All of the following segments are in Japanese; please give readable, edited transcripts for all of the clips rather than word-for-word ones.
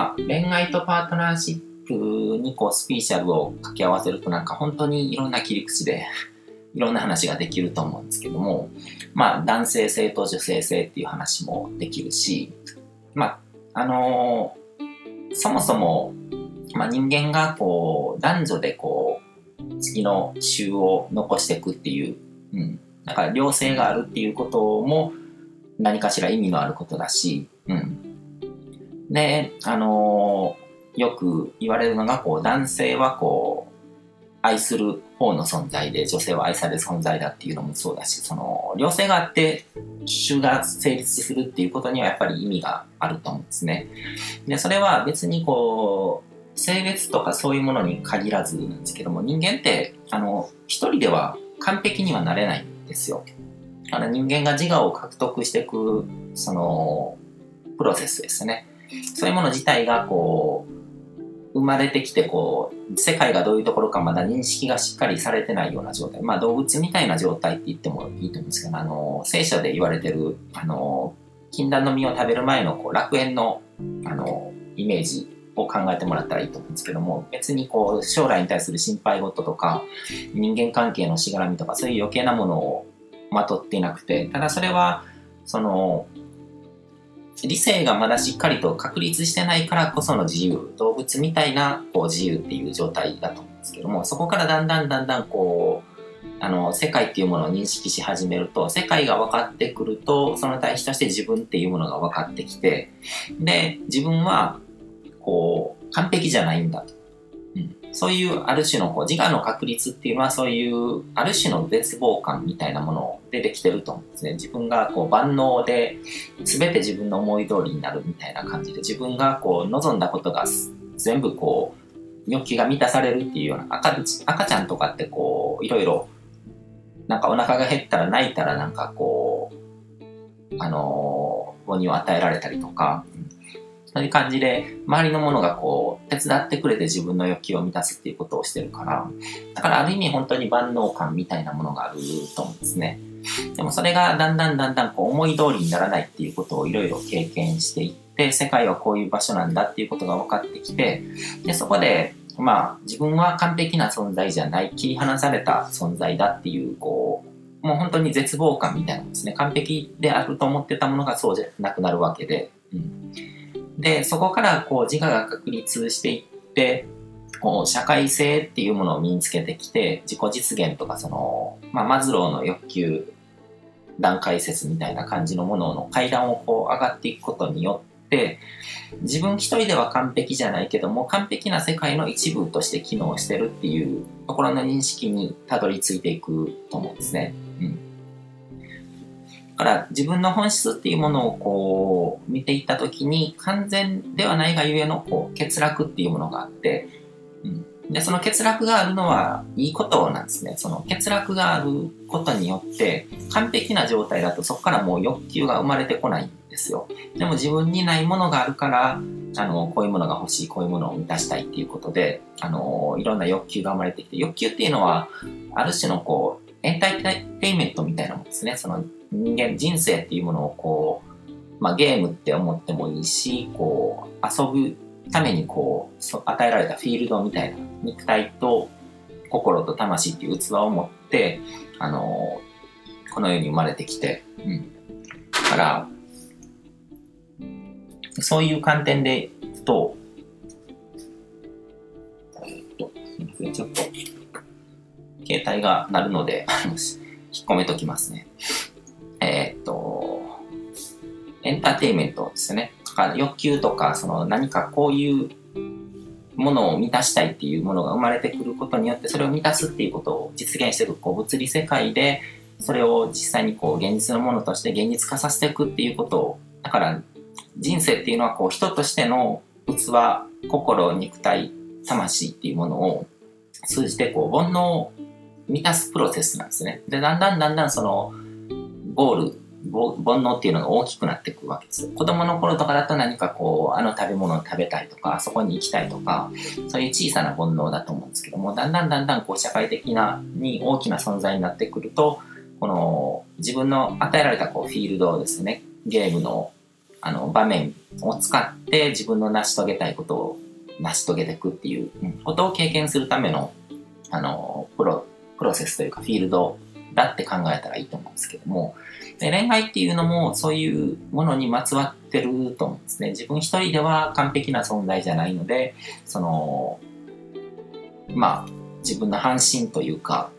恋愛とパートナーシップにこうスピーシャルを掛け合わせるとなんか本当にいろんな切り口でいろんな話ができると思うんですけども、男性性と女性性っていう話もできるし、そもそも、人間がこう男女でこう次の種を残していくっていう、だから両性があるっていうことも何かしら意味のあることだし、で、よく言われるのがこう男性はこう愛する方の存在で女性は愛される存在だっていうのもそうだし、その両性があって種が成立するっていうことにはやっぱり意味があると思うんですね。で、それは別にこう性別とかそういうものに限らずなんですけども、人間って一人では完璧にはなれないんですよ。人間が自我を獲得していくそのプロセスですね。そういうもの自体がこう生まれてきてこう世界がどういうところかまだ認識がしっかりされてないような状態、動物みたいな状態って言ってもいいと思うんですけど、聖書で言われてる禁断の実を食べる前のこう楽園のイメージを考えてもらったらいいと思うんですけども、別にこう将来に対する心配事とか人間関係のしがらみとかそういう余計なものをまとっていなくて、ただそれはその理性がまだしっかりと確立してないからこその自由、動物みたいなこう自由っていう状態だと思うんですけども、そこからだんだんこう世界っていうものを認識し始めると、世界が分かってくるとその対比として自分っていうものが分かってきて、で自分はこう完璧じゃないんだと、そういうある種のこう自我の確立っていうのはそういうある種の絶望感みたいなものでできてると思うんですね。自分がこう万能で全て自分の思い通りになるみたいな感じで、自分がこう望んだことが全部こう欲求が満たされるっていうような、赤ちゃんとかってこういろいろなんかお腹が減ったら泣いたらなんかこう母乳を与えられたりとか、そういう感じで周りのものがこう手伝ってくれて自分の欲求を満たすっていうことをしてるから、だからある意味本当に万能感みたいなものがあると思うんですね。でもそれがだんだんこう思い通りにならないっていうことをいろいろ経験していって、世界はこういう場所なんだっていうことが分かってきて、でそこで自分は完璧な存在じゃない、切り離された存在だっていうこうもう本当に絶望感みたいなものですね。完璧であると思ってたものがそうじゃなくなるわけで、でそこからこう自我が確立していって、こう社会性っていうものを身につけてきて、自己実現とかその、マズローの欲求段階説みたいな感じのものの階段をこう上がっていくことによって、自分一人では完璧じゃないけども完璧な世界の一部として機能してるっていうところの認識にたどり着いていくと思うんですね。だから自分の本質っていうものをこう見ていったときに、完全ではないがゆえのこう欠落っていうものがあって、でその欠落があるのはいいことなんですね。その欠落があることによって完璧な状態だとそこからもう欲求が生まれてこないんですよ。でも自分にないものがあるからこういうものが欲しい、こういうものを満たしたいっていうことでいろんな欲求が生まれてきて、欲求っていうのはある種のこうエンターテインメントみたいなものですね。その人生っていうものをこう、ゲームって思ってもいいし、こう遊ぶためにこう与えられたフィールドみたいな、肉体と心と魂っていう器を持ってこの世に生まれてきて、だからそういう観点でいくと、すいません、ちょっと携帯が鳴るので引っ込めときますね。エンターテインメントですね。だから欲求とかその何かこういうものを満たしたいっていうものが生まれてくることによって、それを満たすっていうことを実現していく、こう物理世界でそれを実際にこう現実のものとして現実化させていくっていうことを、だから人生っていうのはこう人としての器、心、肉体、魂っていうものを通じてこう煩悩を満たすプロセスなんですね。でだんだんそのゴール、煩悩っていうのが大きくなっていくわけです。子供の頃とかだと何かこう食べ物を食べたいとか、あそこに行きたいとか、そういう小さな煩悩だと思うんですけども、だんだんこう社会的なに大きな存在になってくると、この自分の与えられたこうフィールドですね、ゲームの場面を使って自分の成し遂げたいことを成し遂げていくっていうことを経験するための、プロセスというかフィールドだって考えたらいいと思うんですけども、で恋愛っていうのもそういうものにまつわってると思うんですね。自分一人では完璧な存在じゃないので、自分の半身というか、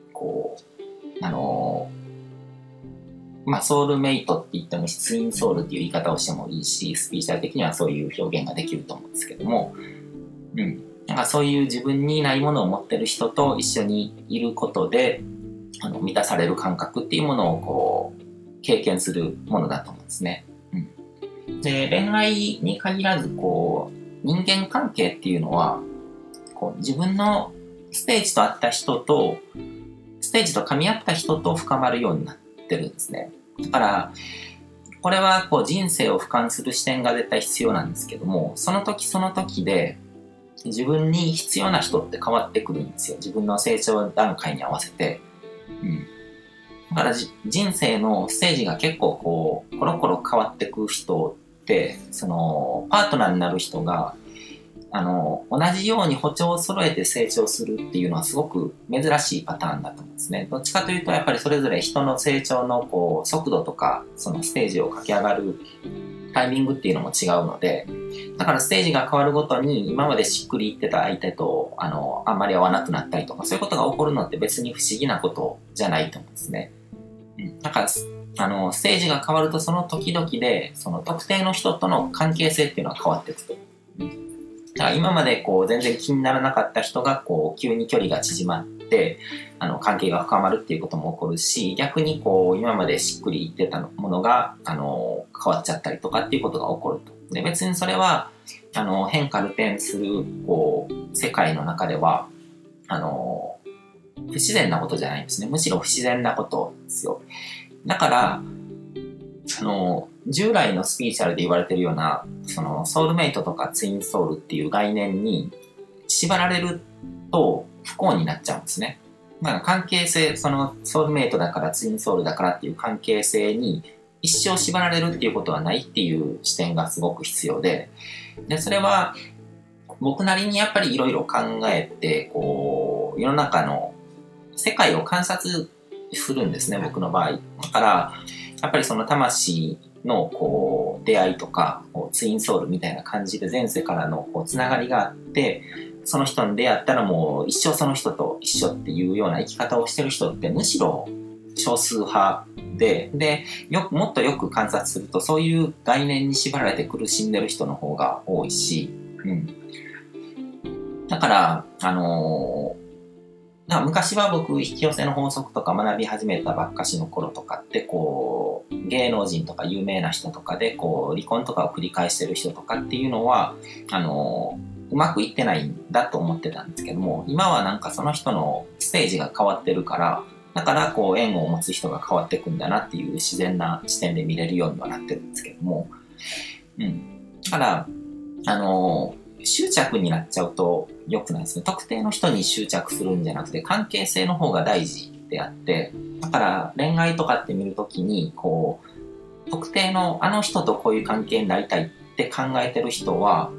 ソウルメイトって言ってもツインソウルっていう言い方をしてもいいし、スピーチャル的にはそういう表現ができると思うんですけども、なんかそういう自分にないものを持ってる人と一緒にいることで満たされる感覚っていうものを経験するものだと思うんですね。で、恋愛に限らず人間関係っていうのは自分のステージと合った人とステージと噛み合った人と深まるようになってるんですね。だからこれは人生を俯瞰する視点が絶対必要なんですけども、その時その時で自分に必要な人って変わってくるんですよ。自分の成長段階に合わせて。だから人生のステージが結構コロコロ変わってく人って、パートナーになる人が同じように歩調を揃えて成長するっていうのはすごく珍しいパターンだと思うんですね。どっちかというとやっぱりそれぞれ人の成長の速度とかそのステージを駆け上がるタイミングっていうのも違うので、だからステージが変わるごとに今までしっくりいってた相手とあんまり合わなくなったりとか、そういうことが起こるのって別に不思議なことじゃないと思うんですね。だからステージが変わるとその時々でその特定の人との関係性っていうのは変わっていくと。だから今まで全然気にならなかった人が急に距離が縮まって関係が深まるっていうことも起こるし、逆に今までしっくりいってたものが変わっちゃったりとかっていうことが起こると。で、別にそれは変化流転する世界の中では不自然なことじゃないんですね。むしろ不自然なことですよ。だから従来のスピーチャルで言われてるようなソウルメイトとかツインソウルっていう概念に縛られると不幸になっちゃうんですね。関係性、ソウルメイトだからツインソウルだからっていう関係性に一生縛られるっていうことはないっていう視点がすごく必要で、それは僕なりにやっぱりいろいろ考えて世の中の世界を観察するんですね、僕の場合。だからやっぱりその魂の出会いとかツインソウルみたいな感じで前世からのつながりがあって、その人に出会ったらもう一生その人と一緒っていうような生き方をしてる人ってむしろ少数派でもっとよく観察するとそういう概念に縛られて苦しんでる人の方が多いし、だから昔は僕引き寄せの法則とか学び始めたばっかしの頃とかって芸能人とか有名な人とかで離婚とかを繰り返してる人とかっていうのはうまくいってないんだと思ってたんですけども、今はなんかその人のステージが変わってるから、だから縁を持つ人が変わっていくんだなっていう自然な視点で見れるようにはなってるんですけども、だから執着になっちゃうと良くないですね。特定の人に執着するんじゃなくて関係性の方が大事であって、だから恋愛とかって見るときに特定のあの人とこういう関係になりたいって考えてる人は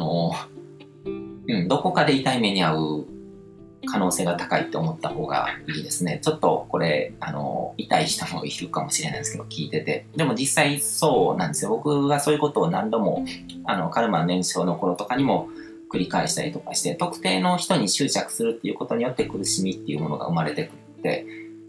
どこかで痛い目に遭う可能性が高いって思った方がいいですね。ちょっとこれ痛い人もいるかもしれないですけど聞いてて、でも実際そうなんですよ。僕がそういうことを何度もカルマの年少の頃とかにも繰り返したりとかして、特定の人に執着するっていうことによって苦しみっていうものが生まれてくるので、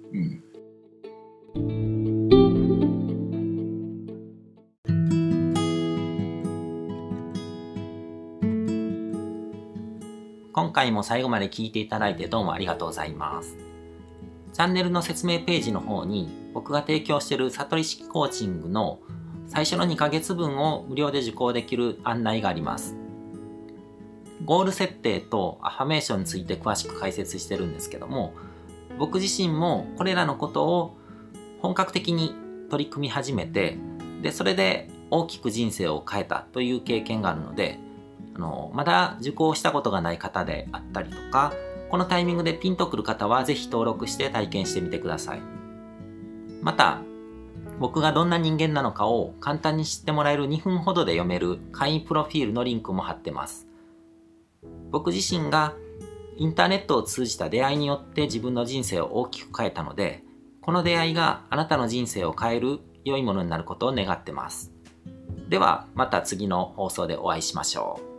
今回も最後まで聞いていただいてどうもありがとうございます。チャンネルの説明ページの方に僕が提供している悟り式コーチングの最初の2ヶ月分を無料で受講できる案内があります。ゴール設定とアファメーションについて詳しく解説してるんですけども、僕自身もこれらのことを本格的に取り組み始めて、それで大きく人生を変えたという経験があるので、まだ受講したことがない方であったりとか、このタイミングでピンとくる方はぜひ登録して体験してみてください。また僕がどんな人間なのかを簡単に知ってもらえる2分ほどで読める会員プロフィールのリンクも貼ってます。僕自身がインターネットを通じた出会いによって自分の人生を大きく変えたので、この出会いがあなたの人生を変える良いものになることを願ってます。ではまた次の放送でお会いしましょう。